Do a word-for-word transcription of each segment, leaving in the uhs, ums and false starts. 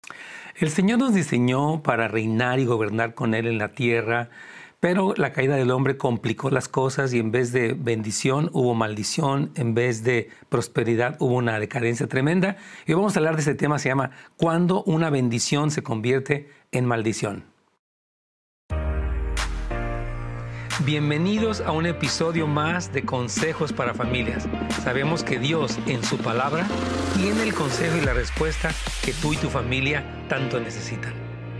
El Señor nos diseñó para reinar y gobernar con Él en la tierra, pero la caída del hombre complicó las cosas y en vez de bendición hubo maldición, en vez de prosperidad hubo una decadencia tremenda. Y vamos a hablar de este tema, se llama ¿Cuándo una bendición se convierte en maldición? Bienvenidos a un episodio más de Consejos para Familias. Sabemos que Dios, en su palabra, tiene el consejo y la respuesta que tú y tu familia tanto necesitan.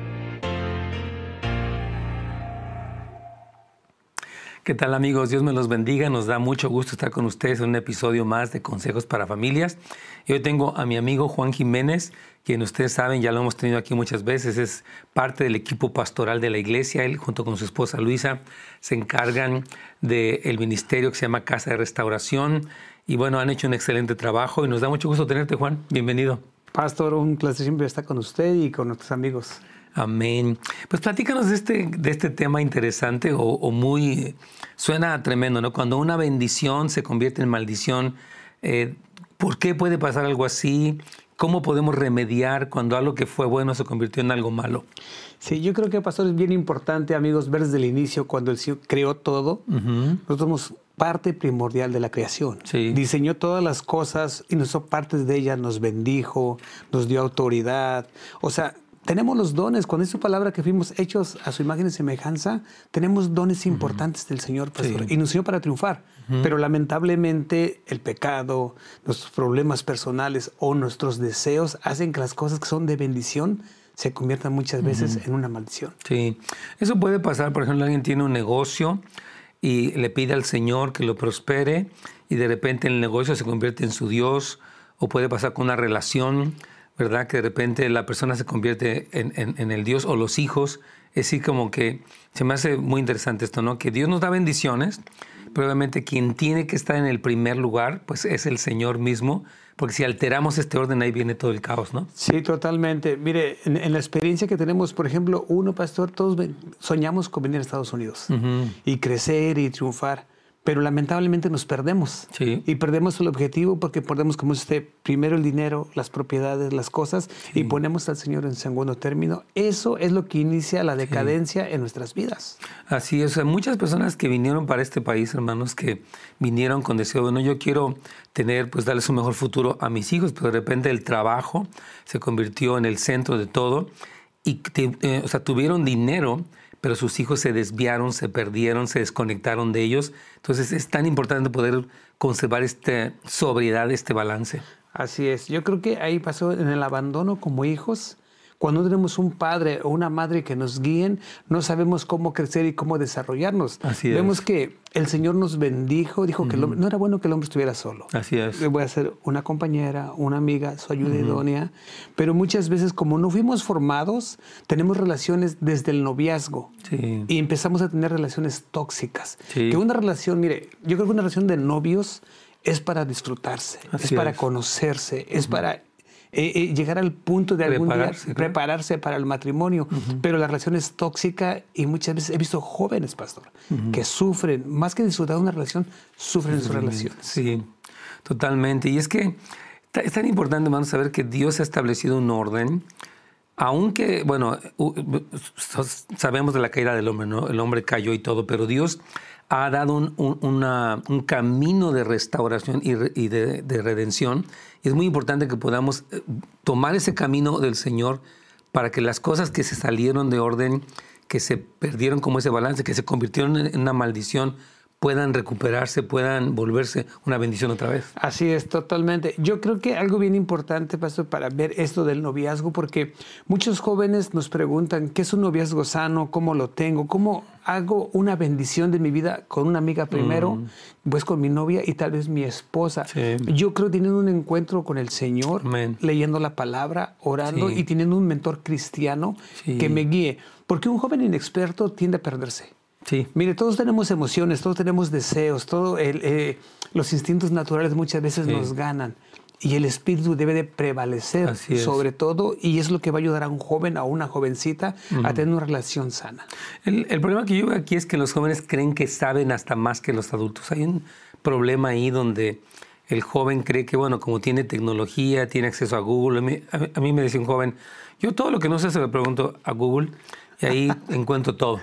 ¿Qué tal, amigos? Dios me los bendiga. Nos da mucho gusto estar con ustedes en un episodio más de Consejos para Familias. Y hoy tengo a mi amigo Juan Jiménez, quien ustedes saben, ya lo hemos tenido aquí muchas veces, es parte del equipo pastoral de la iglesia. Él, junto con su esposa Luisa, se encargan del ministerio que se llama Casa de Restauración. Y bueno, han hecho un excelente trabajo y nos da mucho gusto tenerte, Juan. Bienvenido. Pastor, un placer siempre estar con usted y con nuestros amigos. Amén. Pues platícanos de este, de este tema interesante o, o muy... Suena tremendo, ¿no? Cuando una bendición se convierte en maldición, eh, ¿por qué puede pasar algo así? ¿Cómo podemos remediar cuando algo que fue bueno se convirtió en algo malo? Sí, yo creo que, Pastor, es bien importante, amigos, ver desde el inicio, cuando el Señor creó todo, uh-huh. Nosotros somos parte primordial de la creación. Sí. Diseñó todas las cosas y nosotros partes de ellas, nos bendijo, nos dio autoridad. O sea, tenemos los dones. Cuando es su palabra que fuimos hechos a su imagen y semejanza, tenemos dones uh-huh. importantes del Señor, Pastor. Sí. Y nos enseñó para triunfar. Uh-huh. Pero lamentablemente el pecado, nuestros problemas personales o nuestros deseos hacen que las cosas que son de bendición se conviertan muchas veces uh-huh. en una maldición. Sí, eso puede pasar. Por ejemplo, alguien tiene un negocio y le pide al Señor que lo prospere y de repente el negocio se convierte en su Dios, o puede pasar con una relación, ¿verdad? Que de repente la persona se convierte en, en, en el Dios o los hijos. Es así como que se me hace muy interesante esto, ¿no? Que Dios nos da bendiciones, pero obviamente quien tiene que estar en el primer lugar, pues es el Señor mismo, porque si alteramos este orden, ahí viene todo el caos, ¿no? Sí, totalmente. Mire, en, en la experiencia que tenemos, por ejemplo, uno, Pastor, todos ven, soñamos con venir a Estados Unidos uh-huh. y crecer y triunfar. Pero lamentablemente nos perdemos. Sí. Y perdemos el objetivo porque perdemos, como usted, primero el dinero, las propiedades, las cosas, sí. y ponemos al Señor en segundo término. Eso es lo que inicia la decadencia sí. en nuestras vidas. Así es. Hay muchas personas que vinieron para este país, hermanos, que vinieron con deseo, bueno, yo quiero tener, pues darles un mejor futuro a mis hijos, pero de repente el trabajo se convirtió en el centro de todo y te, eh, o sea, tuvieron dinero, pero sus hijos se desviaron, se perdieron, se desconectaron de ellos. Entonces es tan importante poder conservar esta sobriedad, este balance. Así es. Yo creo que ahí pasó en el abandono como hijos. Cuando no tenemos un padre o una madre que nos guíen, no sabemos cómo crecer y cómo desarrollarnos. Así es. Vemos que el Señor nos bendijo, dijo uh-huh. que el hombre, no era bueno que el hombre estuviera solo. Así es. Le voy a hacer una compañera, una amiga, su ayuda uh-huh. idónea. Pero muchas veces, como no fuimos formados, tenemos relaciones desde el noviazgo. Sí. Y empezamos a tener relaciones tóxicas. Sí. Que una relación, mire, yo creo que una relación de novios es para disfrutarse, Así es para es. conocerse, uh-huh. es para... Eh, eh, llegar al punto de algún prepararse, día ¿no? prepararse para el matrimonio. Uh-huh. Pero la relación es tóxica y muchas veces he visto jóvenes, Pastor, uh-huh. que sufren, más que disfrutar de una relación, sufren en sus relaciones. Sí, totalmente. Y es que es tan importante, hermano, saber que Dios ha establecido un orden, aunque, bueno, sabemos de la caída del hombre, ¿no? El hombre cayó y todo, pero Dios ha dado un, un, una, un camino de restauración y, re, y de, de redención. Y es muy importante que podamos tomar ese camino del Señor para que las cosas que se salieron de orden, que se perdieron como ese balance, que se convirtieron en una maldición, puedan recuperarse, puedan volverse una bendición otra vez. Así es, totalmente. Yo creo que algo bien importante, Pastor, para ver esto del noviazgo, porque muchos jóvenes nos preguntan, ¿qué es un noviazgo sano? ¿Cómo lo tengo? ¿Cómo hago una bendición de mi vida con una amiga primero, mm. pues con mi novia y tal vez mi esposa? Sí. Yo creo teniendo un encuentro con el Señor, Amén. Leyendo la palabra, orando sí. y teniendo un mentor cristiano sí. que me guíe. Porque un joven inexperto tiende a perderse. Sí. Mire, todos tenemos emociones, todos tenemos deseos, todo el, eh, los instintos naturales muchas veces sí. nos ganan. Y el espíritu debe de prevalecer sobre todo, y es lo que va a ayudar a un joven, a una jovencita, uh-huh. a tener una relación sana. El, el problema que yo veo aquí es que los jóvenes creen que saben hasta más que los adultos. Hay un problema ahí donde el joven cree que, bueno, como tiene tecnología, tiene acceso a Google. A mí, a mí me decía un joven, yo todo lo que no sé se lo pregunto a Google y ahí encuentro todo.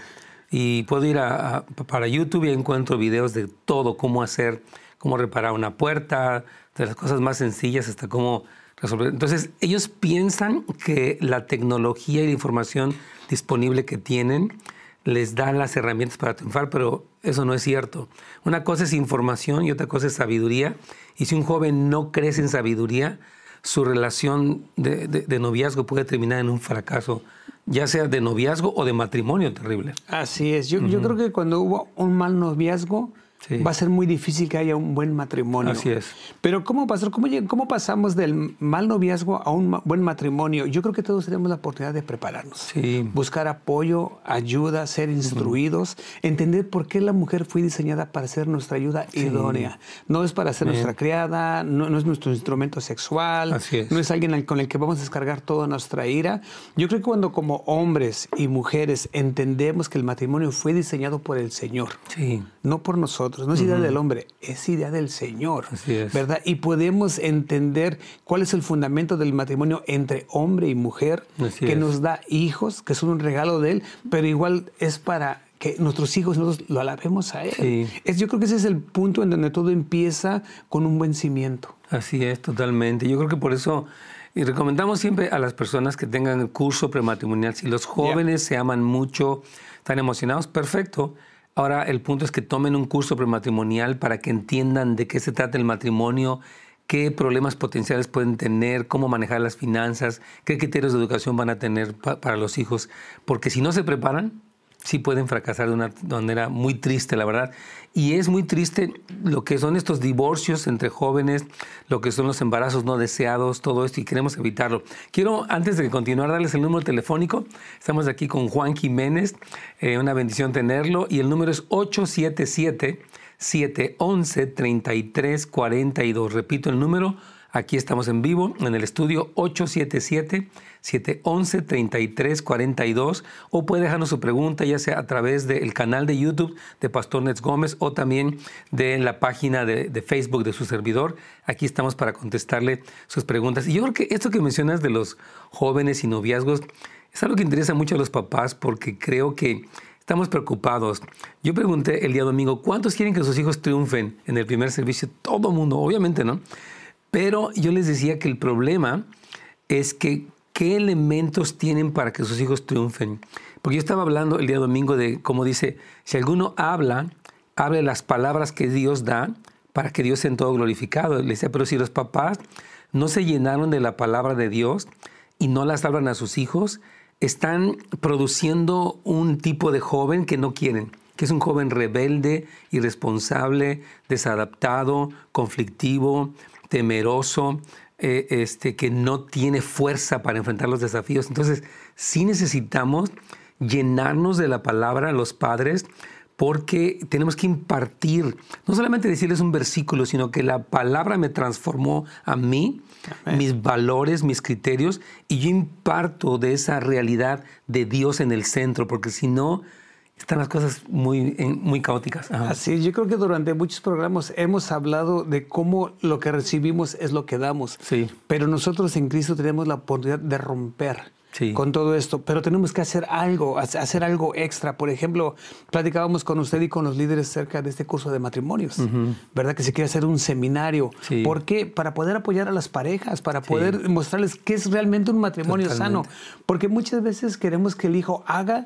Y puedo ir a, a, para YouTube y encuentro videos de todo, cómo hacer, cómo reparar una puerta, de las cosas más sencillas hasta cómo resolver. Entonces, ellos piensan que la tecnología y la información disponible que tienen les da las herramientas para triunfar, pero eso no es cierto. Una cosa es información y otra cosa es sabiduría. Y si un joven no crece en sabiduría, su relación de, de, de noviazgo puede terminar en un fracaso, ya sea de noviazgo o de matrimonio terrible. Así es. Yo, uh-huh. yo creo que cuando hubo un mal noviazgo, sí, va a ser muy difícil que haya un buen matrimonio. Así es. Pero ¿cómo, pastor, cómo, cómo pasamos del mal noviazgo a un buen matrimonio? Yo creo que todos tenemos la oportunidad de prepararnos. Sí. Buscar apoyo, ayuda, ser instruidos, uh-huh. entender por qué la mujer fue diseñada para ser nuestra ayuda sí. idónea. No es para ser Bien. nuestra criada, no, no es nuestro instrumento sexual, Así es. no es alguien con el que vamos a descargar toda nuestra ira. Yo creo que cuando como hombres y mujeres entendemos que el matrimonio fue diseñado por el Señor, sí. no por nosotros, no es idea uh-huh. del hombre, es idea del Señor. Así es. ¿Verdad? Y podemos entender cuál es el fundamento del matrimonio entre hombre y mujer, Así que es. nos da hijos, que son un regalo de Él, pero igual es para que nuestros hijos nosotros lo alabemos a Él. Sí. Es, yo creo que ese es el punto en donde todo empieza con un buen cimiento. Así es, totalmente. Yo creo que por eso y recomendamos siempre a las personas que tengan el curso prematrimonial. Si los jóvenes yeah. se aman mucho, están emocionados, perfecto. Ahora, el punto es que tomen un curso prematrimonial para que entiendan de qué se trata el matrimonio, qué problemas potenciales pueden tener, cómo manejar las finanzas, qué criterios de educación van a tener pa- para los hijos. Porque si no se preparan, sí pueden fracasar de una manera muy triste, la verdad. Y es muy triste lo que son estos divorcios entre jóvenes, lo que son los embarazos no deseados, todo esto, y queremos evitarlo. Quiero, antes de continuar, darles el número telefónico. Estamos aquí con Juan Jiménez, eh, una bendición tenerlo, y el número es ocho siete siete, siete uno uno, tres tres cuatro dos. Repito el número, aquí estamos en vivo, en el estudio ocho siete siete, siete uno uno, tres tres cuatro dos, o puede dejarnos su pregunta ya sea a través del canal de YouTube de Pastor Nets Gómez o también de la página de, de Facebook de su servidor. Aquí estamos para contestarle sus preguntas. Y yo creo que esto que mencionas de los jóvenes y noviazgos es algo que interesa mucho a los papás porque creo que estamos preocupados. Yo pregunté el día domingo, ¿cuántos quieren que sus hijos triunfen en el primer servicio? Todo mundo, obviamente, ¿no? Pero yo les decía que el problema es que ¿qué elementos tienen para que sus hijos triunfen? Porque yo estaba hablando el día domingo de, como dice, si alguno habla, hable las palabras que Dios da para que Dios sea en todo glorificado. Le decía, pero si los papás no se llenaron de la palabra de Dios y no las hablan a sus hijos, están produciendo un tipo de joven que no quieren, que es un joven rebelde, irresponsable, desadaptado, conflictivo, temeroso, eh, este, que no tiene fuerza para enfrentar los desafíos. Entonces, sí necesitamos llenarnos de la palabra a los padres porque tenemos que impartir, no solamente decirles un versículo, sino que la palabra me transformó a mí, Amén. Mis valores, mis criterios, y yo imparto de esa realidad de Dios en el centro, porque si no, están las cosas muy, muy caóticas. Ajá. Así es, yo creo que durante muchos programas hemos hablado de cómo lo que recibimos es lo que damos. Sí. Pero nosotros en Cristo tenemos la oportunidad de romper sí. con todo esto. Pero tenemos que hacer algo, hacer algo extra. Por ejemplo, platicábamos con usted y con los líderes acerca de este curso de matrimonios, uh-huh. ¿verdad? Que se quiere hacer un seminario. Sí. ¿Por qué? Para poder apoyar a las parejas, para poder sí. mostrarles qué es realmente un matrimonio Totalmente. sano. Porque muchas veces queremos que el hijo haga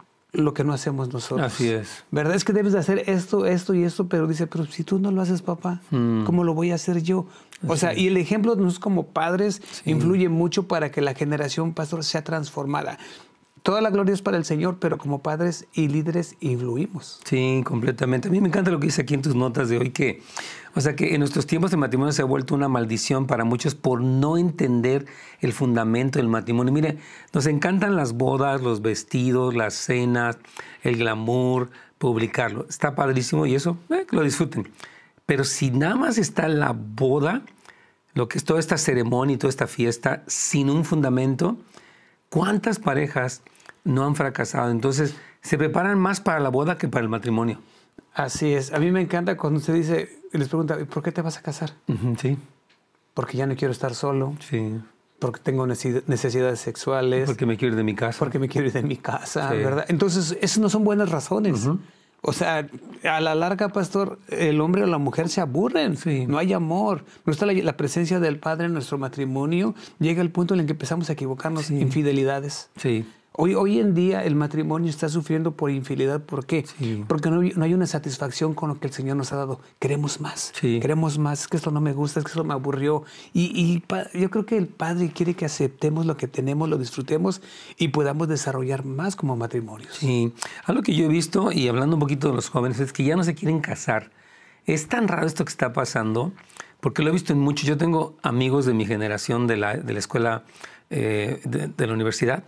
lo que no hacemos nosotros. Así es. ¿Verdad? Es que debes de hacer esto, esto y esto, pero dice, pero si tú no lo haces, papá, mm. ¿cómo lo voy a hacer yo? Así o sea, es. Y el ejemplo de nosotros como padres sí. influye mucho para que la generación pastor sea transformada. Toda la gloria es para el Señor, pero como padres y líderes influimos. Sí, completamente. A mí me encanta lo que dice aquí en tus notas de hoy, que, o sea, que en nuestros tiempos de matrimonio se ha vuelto una maldición para muchos por no entender el fundamento del matrimonio. Mire, nos encantan las bodas, los vestidos, las cenas, el glamour, publicarlo. Está padrísimo y eso, eh, que lo disfruten. Pero si nada más está la boda, lo que es toda esta ceremonia y toda esta fiesta, sin un fundamento, ¿cuántas parejas no han fracasado? Entonces, se preparan más para la boda que para el matrimonio. Así es. A mí me encanta cuando usted dice, y les pregunta, ¿por qué te vas a casar? Uh-huh, sí. Porque ya no quiero estar solo. Sí. Porque tengo necesidades sexuales. Porque me quiero ir de mi casa. Porque me quiero ir de mi casa, sí. ¿verdad? Entonces, esas no son buenas razones. Uh-huh. O sea, a la larga, pastor, el hombre o la mujer se aburren. Sí. No hay amor. No está la, la presencia del Padre en nuestro matrimonio. Llega el punto en el que empezamos a equivocarnos. Sí. Infidelidades. Sí. Hoy, hoy en día el matrimonio está sufriendo por infidelidad. ¿Por qué? Sí. Porque no, no hay una satisfacción con lo que el Señor nos ha dado. Queremos más. Sí. Queremos más. Es que esto no me gusta, es que esto me aburrió. Y, y pa, yo creo que el Padre quiere que aceptemos lo que tenemos, lo disfrutemos y podamos desarrollar más como matrimonios. Sí. Algo que yo he visto, y hablando un poquito de los jóvenes, es que ya no se quieren casar. Es tan raro esto que está pasando, porque lo he visto en muchos. Yo tengo amigos de mi generación de la, de la escuela, eh, de, de la universidad,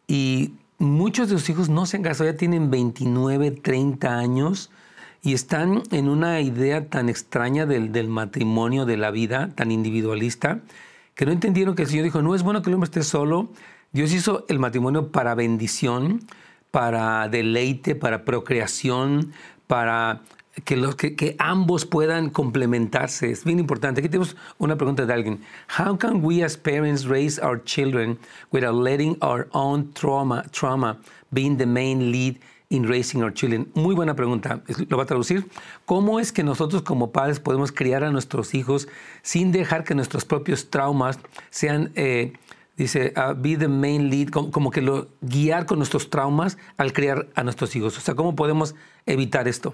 y muchos de sus hijos no se han casado, ya tienen veintinueve, treinta años y están en una idea tan extraña del, del matrimonio, de la vida, tan individualista, que no entendieron que el Señor dijo, no es bueno que el hombre esté solo. Dios hizo el matrimonio para bendición, para deleite, para procreación, para que, los, que, que ambos puedan complementarse. Es bien importante. Aquí tenemos una pregunta de alguien. How can we as parents raise our children without letting our own trauma, trauma being the main lead in raising our children? Muy buena pregunta. Lo va a traducir. ¿Cómo es que nosotros como padres podemos criar a nuestros hijos sin dejar que nuestros propios traumas sean... Eh, Dice, uh, be the main lead, como, como que lo guiar con nuestros traumas al criar a nuestros hijos. O sea, ¿cómo podemos evitar esto?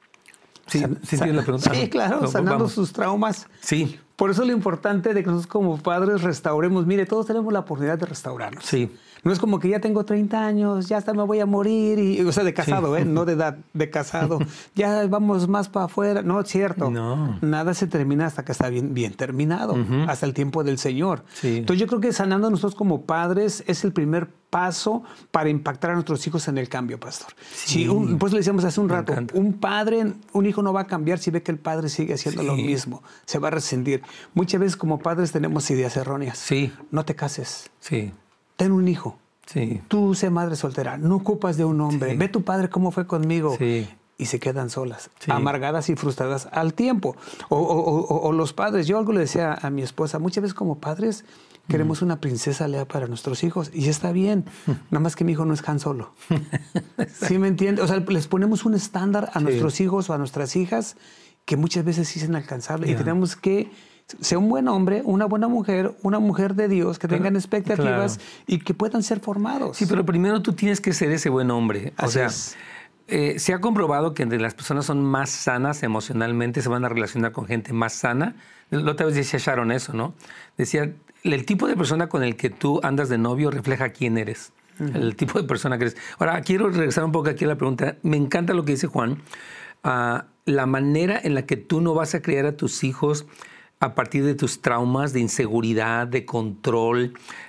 Sí, San, ¿sí san, la pregunta? Sí, claro, no, sanando vamos. sus traumas. Sí. Por eso lo importante de que nosotros como padres restauremos. Mire, todos tenemos la oportunidad de restaurarnos. Sí. No es como que ya tengo treinta años, ya hasta me voy a morir. Y, o sea, de casado, sí. ¿eh? No de edad, de casado. Ya vamos más para afuera. No, es cierto. No. Nada se termina hasta que está bien, bien terminado. Uh-huh. Hasta el tiempo del Señor. Sí. Entonces yo creo que sanando nosotros como padres es el primer paso para impactar a nuestros hijos en el cambio, pastor. Sí. Si un, pues le decíamos hace un rato, un padre, un hijo no va a cambiar si ve que el padre sigue haciendo sí. lo mismo. Se va a resentir. Muchas veces como padres tenemos ideas erróneas. Sí. No te cases. Sí. Ten un hijo. Sí. Tú sé madre soltera. No ocupas de un hombre. Sí. Ve tu padre cómo fue conmigo. Sí. Y se quedan solas, sí. amargadas y frustradas al tiempo. O, o, o, o los padres. Yo algo le decía a mi esposa, muchas veces como padres queremos mm. una princesa Lea para nuestros hijos. Y está bien. Nada más que mi hijo no es Han Solo. ¿Sí me entiende? O sea, les ponemos un estándar a sí. nuestros hijos o a nuestras hijas que muchas veces sí es inalcanzable. Yeah. Y tenemos que ser un buen hombre, una buena mujer, una mujer de Dios, que tengan expectativas claro. y que puedan ser formados. Sí, pero primero tú tienes que ser ese buen hombre. O Así sea, es. Eh, se ha comprobado que entre las personas son más sanas emocionalmente, se van a relacionar con gente más sana. La otra vez decía Sharon eso, ¿no? Decía, el tipo de persona con el que tú andas de novio refleja quién eres. Uh-huh. El tipo de persona que eres. Ahora, quiero regresar un poco aquí a la pregunta. Me encanta lo que dice Juan. Uh, la manera en la que tú no vas a criar a tus hijos a partir de tus traumas, de inseguridad, de control,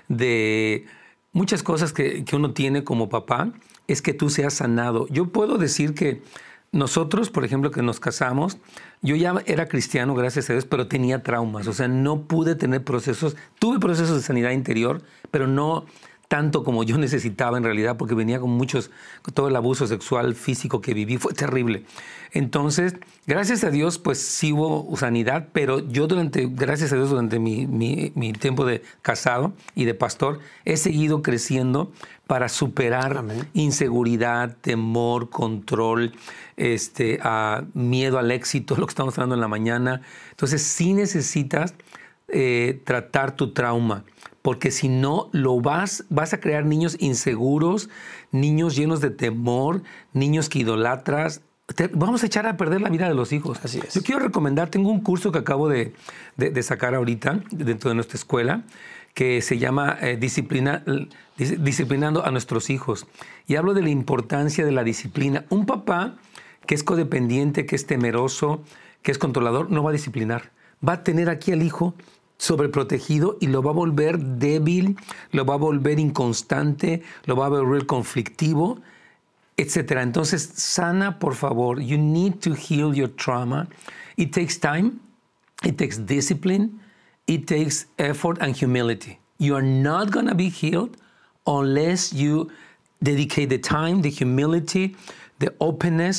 de muchas cosas que, que uno tiene como papá, es que tú seas sanado. Yo puedo decir que nosotros, por ejemplo, que nos casamos, yo ya era cristiano, gracias a Dios, pero tenía traumas. O sea, no pude tener procesos, tuve procesos de sanidad interior, pero no tanto como yo necesitaba en realidad, porque venía con muchos, con todo el abuso sexual, físico que viví, fue terrible. Entonces, gracias a Dios, pues sí hubo sanidad, pero yo durante, gracias a Dios, durante mi, mi, mi tiempo de casado y de pastor, he seguido creciendo para superar Amén. Inseguridad, temor, control, este, uh, miedo al éxito, lo que estamos hablando en la mañana. Entonces, sí necesitas eh, tratar tu trauma, porque si no, lo vas, vas a crear niños inseguros, niños llenos de temor, niños que idolatras. Te, vamos a echar a perder la vida de los hijos. Así es. Yo quiero recomendar, tengo un curso que acabo de, de, de sacar ahorita dentro de nuestra escuela, que se llama eh, disciplina, Disciplinando a nuestros hijos. Y hablo de la importancia de la disciplina. Un papá que es codependiente, que es temeroso, que es controlador, no va a disciplinar. Va a tener aquí al hijo sobreprotegido y lo va a volver débil, lo va a volver inconstante, lo va a volver conflictivo, etcétera. Entonces, sana, por favor. You need to heal your trauma. It takes time, it takes discipline, it takes effort and humility. You are not going to be healed unless you dedicate the time, the humility, the openness.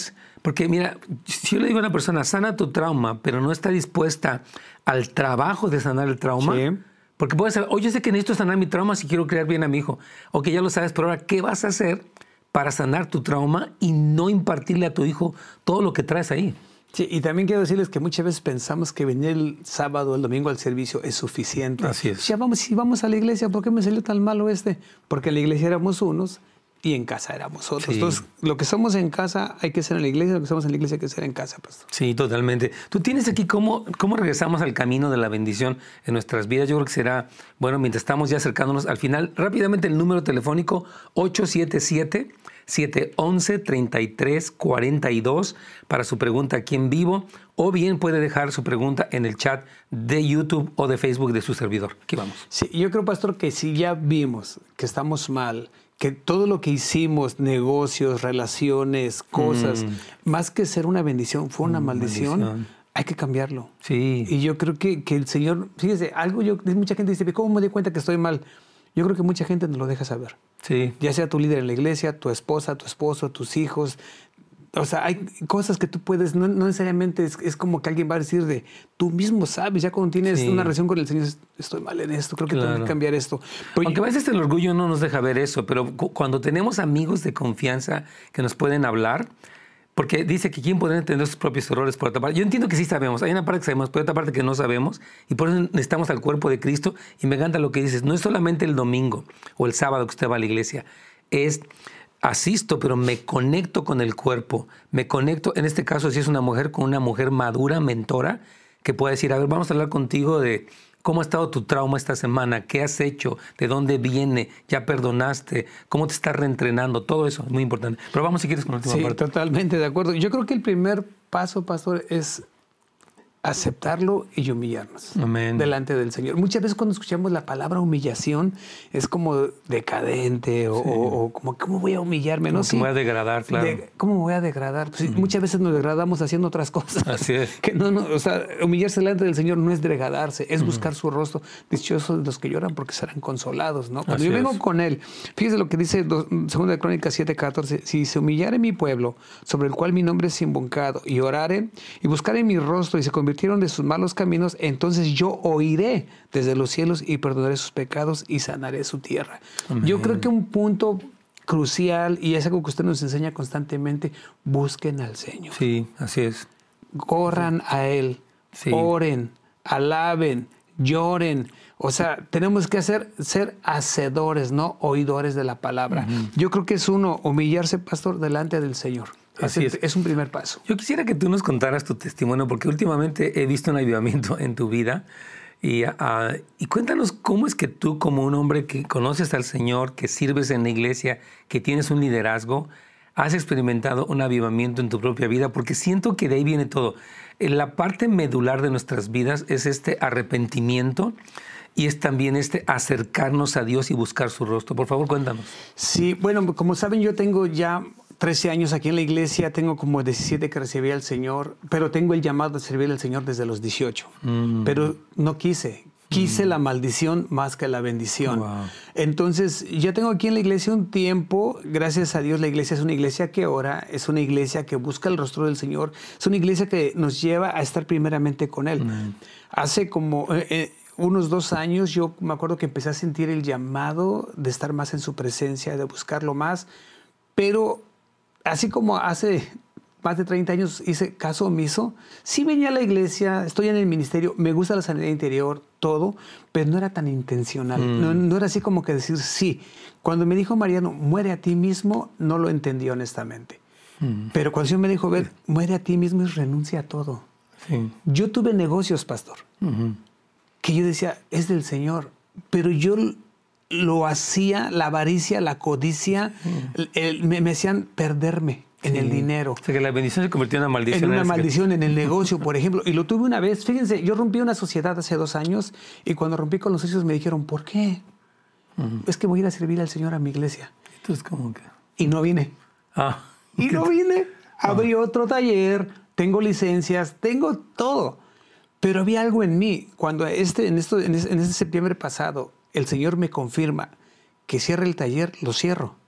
Porque mira, si yo le digo a una persona, sana tu trauma, pero no está dispuesta al trabajo de sanar el trauma, sí. Porque puedes saber, oye, yo sé que necesito sanar mi trauma si quiero criar bien a mi hijo. Ok, ya lo sabes, pero ahora, ¿qué vas a hacer para sanar tu trauma y no impartirle a tu hijo todo lo que traes ahí? Sí, y también quiero decirles que muchas veces pensamos que venir el sábado o el domingo al servicio es suficiente. Así es. Ya vamos, si vamos a la iglesia, ¿por qué me salió tan malo este? Porque en la iglesia éramos unos y en casa éramos otros. Sí. Entonces, lo que somos en casa hay que ser en la iglesia, lo que somos en la iglesia hay que ser en casa, pastor. Sí, totalmente. Tú tienes aquí cómo, cómo regresamos al camino de la bendición en nuestras vidas. Yo creo que será, bueno, mientras estamos ya acercándonos al final, rápidamente el número telefónico ocho siete siete, siete uno uno, tres tres cuatro dos para su pregunta aquí en vivo, o bien puede dejar su pregunta en el chat de YouTube o de Facebook de su servidor. Aquí vamos. Sí, yo creo, pastor, que si ya vimos que estamos mal, que todo lo que hicimos, negocios, relaciones, cosas, mm. más que ser una bendición, fue una mm, maldición, maldición, hay que cambiarlo. Sí. Y yo creo que, que el Señor, fíjese, algo yo, mucha gente dice, ¿cómo me di cuenta que estoy mal? Yo creo que mucha gente nos lo deja saber. Sí. Ya sea tu líder en la iglesia, tu esposa, tu esposo, tus hijos. O sea, hay cosas que tú puedes, no, no necesariamente es, es como que alguien va a decir de, tú mismo sabes, ya cuando tienes sí. una relación con el Señor, estoy mal en esto, creo que claro. tengo que cambiar esto. Pero aunque a veces el orgullo no nos deja ver eso, pero cuando tenemos amigos de confianza que nos pueden hablar, porque dice que quién puede entender sus propios errores por otra parte. Yo entiendo que sí sabemos, hay una parte que sabemos, pero otra parte que no sabemos, y por eso necesitamos al cuerpo de Cristo. Y me encanta lo que dices, no es solamente el domingo o el sábado que usted va a la iglesia, es asisto, pero me conecto con el cuerpo, me conecto, en este caso si es una mujer, con una mujer madura, mentora, que pueda decir, a ver, vamos a hablar contigo de cómo ha estado tu trauma esta semana, qué has hecho, de dónde viene, ya perdonaste, cómo te estás reentrenando, todo eso es muy importante. Pero vamos si quieres con la última sí, parte. Totalmente de acuerdo. Yo creo que el primer paso, pastor, es aceptarlo y humillarnos Amén. Delante del Señor. Muchas veces cuando escuchamos la palabra humillación es como decadente o, sí. o, o como, ¿cómo voy a humillarme? Como ¿no? que Sí. me voy a degradar, claro. De, ¿Cómo me voy a degradar? Pues, mm. Muchas veces nos degradamos haciendo otras cosas. Así es. Que no, no, o sea, humillarse delante del Señor no es degradarse, es mm. buscar su rostro. Dichosos los que lloran porque serán consolados, ¿no? Cuando Así yo vengo es. con Él, fíjese lo que dice Segunda de Crónicas siete catorce, si se humillare mi pueblo, sobre el cual mi nombre es invocado, y oraren, y buscaren mi rostro, y se convirtieron de sus malos caminos, entonces yo oiré desde los cielos y perdonaré sus pecados y sanaré su tierra. Amén. Yo creo que un punto crucial, y es algo que usted nos enseña constantemente, busquen al Señor. Sí, así es. Corran a Él, sí. Oren, alaben, lloren. O sea, tenemos que hacer, ser hacedores, no oidores de la palabra. Uh-huh. Yo creo que es uno, humillarse, pastor, delante del Señor. Así es, es. es un primer paso. Yo quisiera que tú nos contaras tu testimonio, porque últimamente he visto un avivamiento en tu vida. Y, uh, y cuéntanos cómo es que tú, como un hombre que conoces al Señor, que sirves en la iglesia, que tienes un liderazgo, has experimentado un avivamiento en tu propia vida, porque siento que de ahí viene todo. La parte medular de nuestras vidas es este arrepentimiento y es también este acercarnos a Dios y buscar su rostro. Por favor, cuéntanos. Sí, bueno, como saben, yo tengo ya trece años aquí en la iglesia, tengo como diecisiete que recibí al Señor, pero tengo el llamado de servir al Señor desde los dieciocho. Mm. Pero no quise. Quise mm. la maldición más que la bendición. Wow. Entonces, ya tengo aquí en la iglesia un tiempo. Gracias a Dios, la iglesia es una iglesia que ora, es una iglesia que busca el rostro del Señor, es una iglesia que nos lleva a estar primeramente con Él. Mm. Hace como eh, eh, unos dos años, yo me acuerdo que empecé a sentir el llamado de estar más en su presencia, de buscarlo más, pero así como hace más de treinta años hice caso omiso, sí venía a la iglesia, estoy en el ministerio, me gusta la sanidad interior, todo, pero no era tan intencional. Mm. No, no era así como que decir sí. Cuando me dijo Mariano, muere a ti mismo, no lo entendí honestamente. Mm. Pero cuando Dios me dijo, ver, muere a ti mismo y renuncia a todo. Sí. Yo tuve negocios, pastor, mm-hmm. que yo decía, es del Señor, pero yo lo hacía, la avaricia, la codicia, mm. el, me, me hacían perderme en sí. el dinero. O sea, que la bendición se convirtió en una maldición. En una en maldición que... en el negocio, por ejemplo. Y lo tuve una vez. Fíjense, yo rompí una sociedad hace dos años y cuando rompí con los socios me dijeron, ¿por qué? Uh-huh. Es que voy a ir a servir al Señor a mi iglesia. Entonces, ¿cómo que? Y no vine. Ah. Y no vine. Abrí ah. otro taller, tengo licencias, tengo todo. Pero había algo en mí. Cuando este, en, esto, en, este, en este septiembre pasado el Señor me confirma que cierre el taller, lo cierro.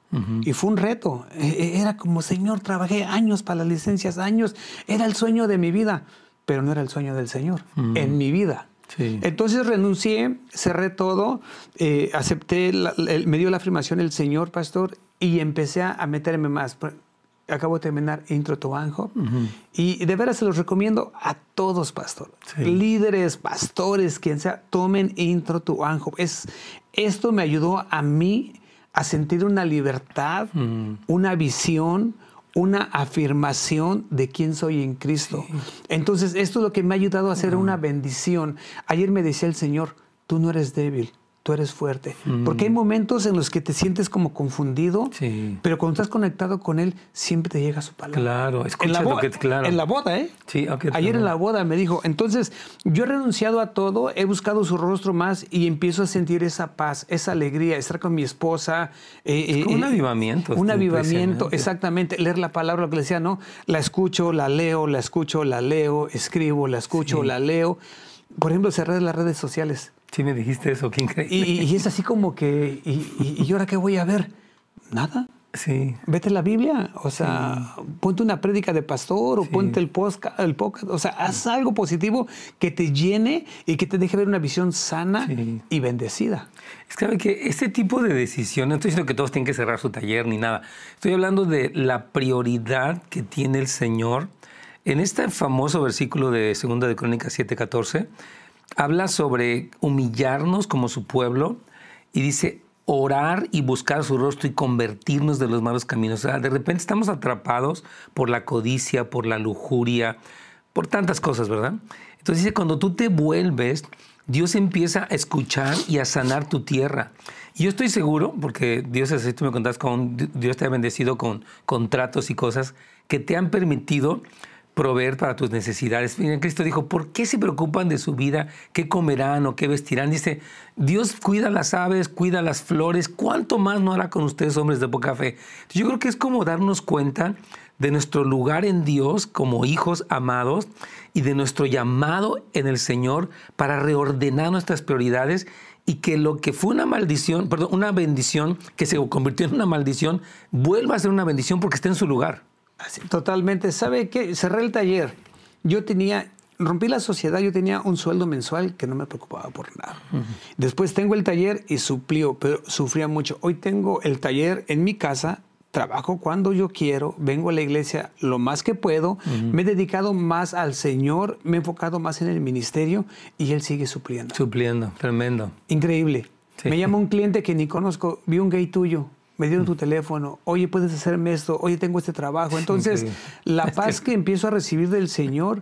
Uh-huh. Y fue un reto. Era como, Señor, trabajé años para las licencias, años. Era el sueño de mi vida, pero no era el sueño del Señor uh-huh. en mi vida. Sí. Entonces renuncié, cerré todo, eh, acepté, la, el, me dio la afirmación el Señor, pastor, y empecé a meterme más. Acabo de terminar Intro to One Hop, uh-huh. y de veras se los recomiendo a todos, pastor. Sí. Líderes, pastores, quien sea, tomen Intro to One Hop. Es, esto me ayudó a mí a sentir una libertad, uh-huh. una visión, una afirmación de quién soy en Cristo. Sí. Entonces, esto es lo que me ha ayudado a hacer uh-huh. una bendición. Ayer me decía el Señor, tú no eres débil, tú eres fuerte. Mm. Porque hay momentos en los que te sientes como confundido, sí. pero cuando estás conectado con Él, siempre te llega su palabra. Claro, escucha lo que claro. En la boda, ¿eh? Sí, okay, Ayer en la boda me dijo, entonces, yo he renunciado a todo, he buscado su rostro más y empiezo a sentir esa paz, esa alegría, estar con mi esposa. Eh, es como eh, un avivamiento. Un avivamiento, exactamente. Leer la palabra, lo que le decía, ¿no? La escucho, la leo, la escucho, la leo, escribo, la escucho, sí. la leo. Por ejemplo, cerrar las redes sociales. Sí, me dijiste eso, qué increíble. Y, y es así como que, y, y, ¿y ahora qué voy a ver? Nada. Sí. Vete a la Biblia, o sea, sí. ponte una prédica de pastor o sí. ponte el podcast, el podcast, o sea, haz algo positivo que te llene y que te deje ver una visión sana sí. y bendecida. Es que, que este tipo de decisiones, no estoy diciendo que todos tienen que cerrar su taller ni nada, estoy hablando de la prioridad que tiene el Señor. En este famoso versículo de Segunda de Crónicas siete catorce, habla sobre humillarnos como su pueblo y dice orar y buscar su rostro y convertirnos de los malos caminos. O sea, de repente estamos atrapados por la codicia, por la lujuria, por tantas cosas, ¿verdad? Entonces dice, cuando tú te vuelves, Dios empieza a escuchar y a sanar tu tierra. Y yo estoy seguro, porque Dios, así tú me contás, con, Dios te ha bendecido con contratos y cosas que te han permitido proveer para tus necesidades. Cristo dijo, ¿por qué se preocupan de su vida? ¿Qué comerán o qué vestirán? Dice, Dios cuida las aves, cuida las flores. ¿Cuánto más no hará con ustedes, hombres de poca fe? Yo creo que es como darnos cuenta de nuestro lugar en Dios como hijos amados y de nuestro llamado en el Señor para reordenar nuestras prioridades y que lo que fue una maldición, perdón, una bendición que se convirtió en una maldición, vuelva a ser una bendición porque está en su lugar. Así, totalmente. ¿Sabe qué? Cerré el taller. Yo tenía, rompí la sociedad, yo tenía un sueldo mensual que no me preocupaba por nada. Uh-huh. Después tengo el taller y suplío, pero sufría mucho. Hoy tengo el taller en mi casa, trabajo cuando yo quiero, vengo a la iglesia lo más que puedo, uh-huh. me he dedicado más al Señor, me he enfocado más en el ministerio y Él sigue supliendo. Supliendo, tremendo. Increíble. Sí. Me llama un cliente que ni conozco, vi un gay tuyo. Me dieron tu teléfono, oye, puedes hacerme esto, oye, tengo este trabajo. Entonces, sí, la paz que empiezo a recibir del Señor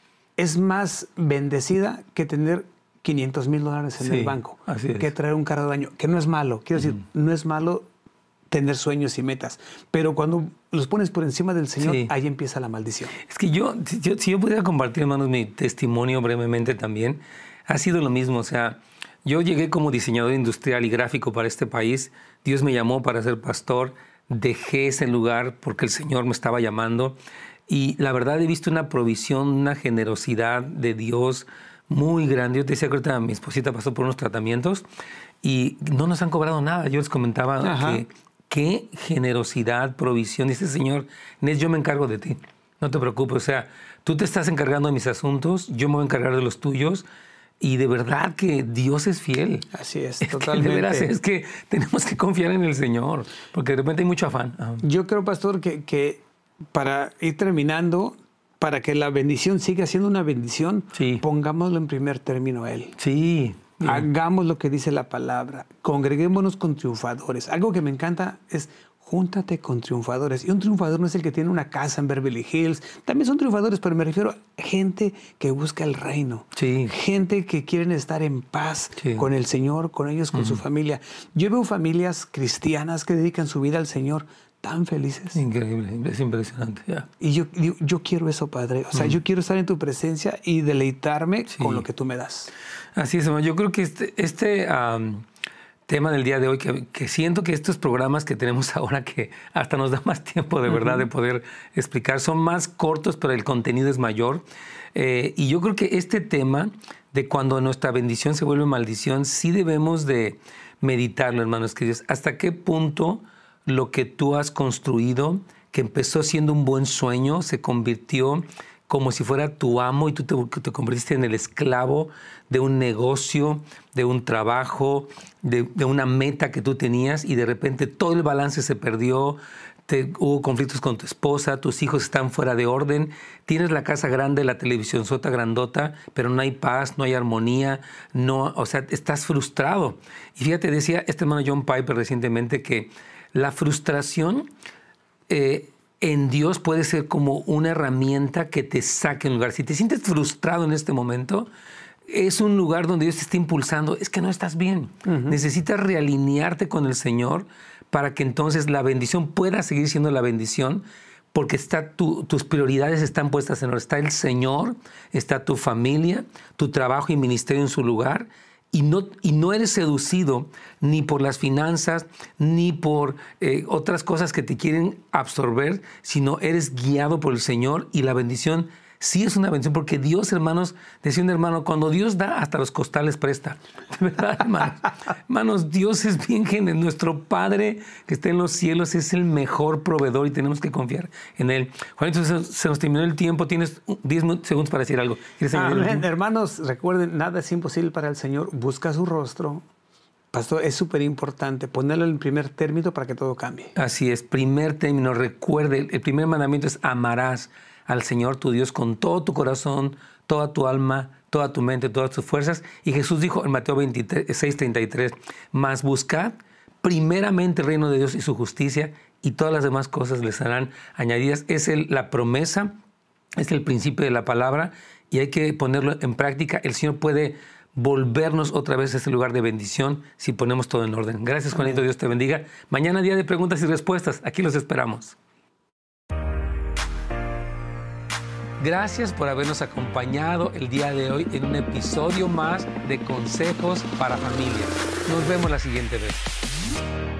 es más bendecida que tener quinientos mil dólares en sí, el banco, que traer un carro de año, que no es malo. Quiero decir, uh-huh. no es malo tener sueños y metas, pero cuando los pones por encima del Señor, sí. ahí empieza la maldición. Es que yo, si yo, si yo pudiera compartir, hermanos, mi testimonio brevemente también, ha sido lo mismo, o sea, yo llegué como diseñador industrial y gráfico para este país. Dios me llamó para ser pastor. Dejé ese lugar porque el Señor me estaba llamando. Y la verdad he visto una provisión, una generosidad de Dios muy grande. Yo te decía que ahorita mi esposita pasó por unos tratamientos y no nos han cobrado nada. Yo les comentaba Ajá. que qué generosidad, provisión. Dice, Señor, Nes, yo me encargo de ti. No te preocupes. O sea, tú te estás encargando de mis asuntos, yo me voy a encargar de los tuyos. Y de verdad que Dios es fiel. Así es, es totalmente. Que de veras es que tenemos que confiar en el Señor, porque de repente hay mucho afán. Ah. Yo creo, pastor, que, que para ir terminando, para que la bendición siga siendo una bendición, sí. pongámoslo en primer término a Él. Sí. Bien. Hagamos lo que dice la palabra. Congreguémonos con triunfadores. Algo que me encanta es júntate con triunfadores. Y un triunfador no es el que tiene una casa en Beverly Hills. También son triunfadores, pero me refiero a gente que busca el reino. Sí. Gente que quieren estar en paz sí. con el Señor, con ellos, con uh-huh. su familia. Yo veo familias cristianas que dedican su vida al Señor tan felices. Increíble, es impresionante. Yeah. Y yo, yo, yo quiero eso, Padre. O sea, uh-huh. yo quiero estar en tu presencia y deleitarme sí. con lo que tú me das. Así es, hermano. Yo creo que este... este um... tema del día de hoy, que, que siento que estos programas que tenemos ahora, que hasta nos da más tiempo de verdad uh-huh. de poder explicar, son más cortos, pero el contenido es mayor. Eh, y yo creo que este tema de cuando nuestra bendición se vuelve maldición, sí debemos de meditarlo, hermanos queridos. ¿Hasta qué punto lo que tú has construido, que empezó siendo un buen sueño, se convirtió como si fuera tu amo y tú te, te convertiste en el esclavo de un negocio, de un trabajo, de, de una meta que tú tenías y de repente todo el balance se perdió, te, hubo conflictos con tu esposa, tus hijos están fuera de orden, tienes la casa grande, la televisión sota grandota, pero no hay paz, no hay armonía, no, o sea, estás frustrado. Y fíjate, decía este hermano John Piper recientemente que la frustración eh, en Dios puede ser como una herramienta que te saque en lugar. Si te sientes frustrado en este momento, es un lugar donde Dios te está impulsando. Es que no estás bien. Uh-huh. Necesitas realinearte con el Señor para que entonces la bendición pueda seguir siendo la bendición, porque está tu, tus prioridades están puestas en orden. Está el Señor, está tu familia, tu trabajo y ministerio en su lugar. Y no, y no eres seducido ni por las finanzas, ni por eh, otras cosas que te quieren absorber, sino eres guiado por el Señor y la bendición sí es una bendición, porque Dios, hermanos, decía un hermano, cuando Dios da, hasta los costales presta. De verdad, hermanos. Hermanos, Dios es bien generoso. Nuestro Padre que está en los cielos es el mejor proveedor y tenemos que confiar en Él. Juanito, se, se nos terminó el tiempo. Tienes diez segundos para decir algo. Amén. Hermanos, recuerden, nada es imposible para el Señor. Busca su rostro. Pastor, es súper importante ponerlo en primer término para que todo cambie. Así es, primer término. Recuerde, el primer mandamiento es amarás al Señor tu Dios con todo tu corazón, toda tu alma, toda tu mente, todas tus fuerzas. Y Jesús dijo en Mateo veintiséis, treinta y tres, mas buscad primeramente el reino de Dios y su justicia, y todas las demás cosas les serán añadidas. Es el, la promesa, es el principio de la palabra, y hay que ponerlo en práctica. El Señor puede volvernos otra vez a este lugar de bendición si ponemos todo en orden. Gracias, Juanito. Amén. Dios te bendiga. Mañana día de preguntas y respuestas. Aquí los esperamos. Gracias por habernos acompañado el día de hoy en un episodio más de Consejos para Familias. Nos vemos la siguiente vez.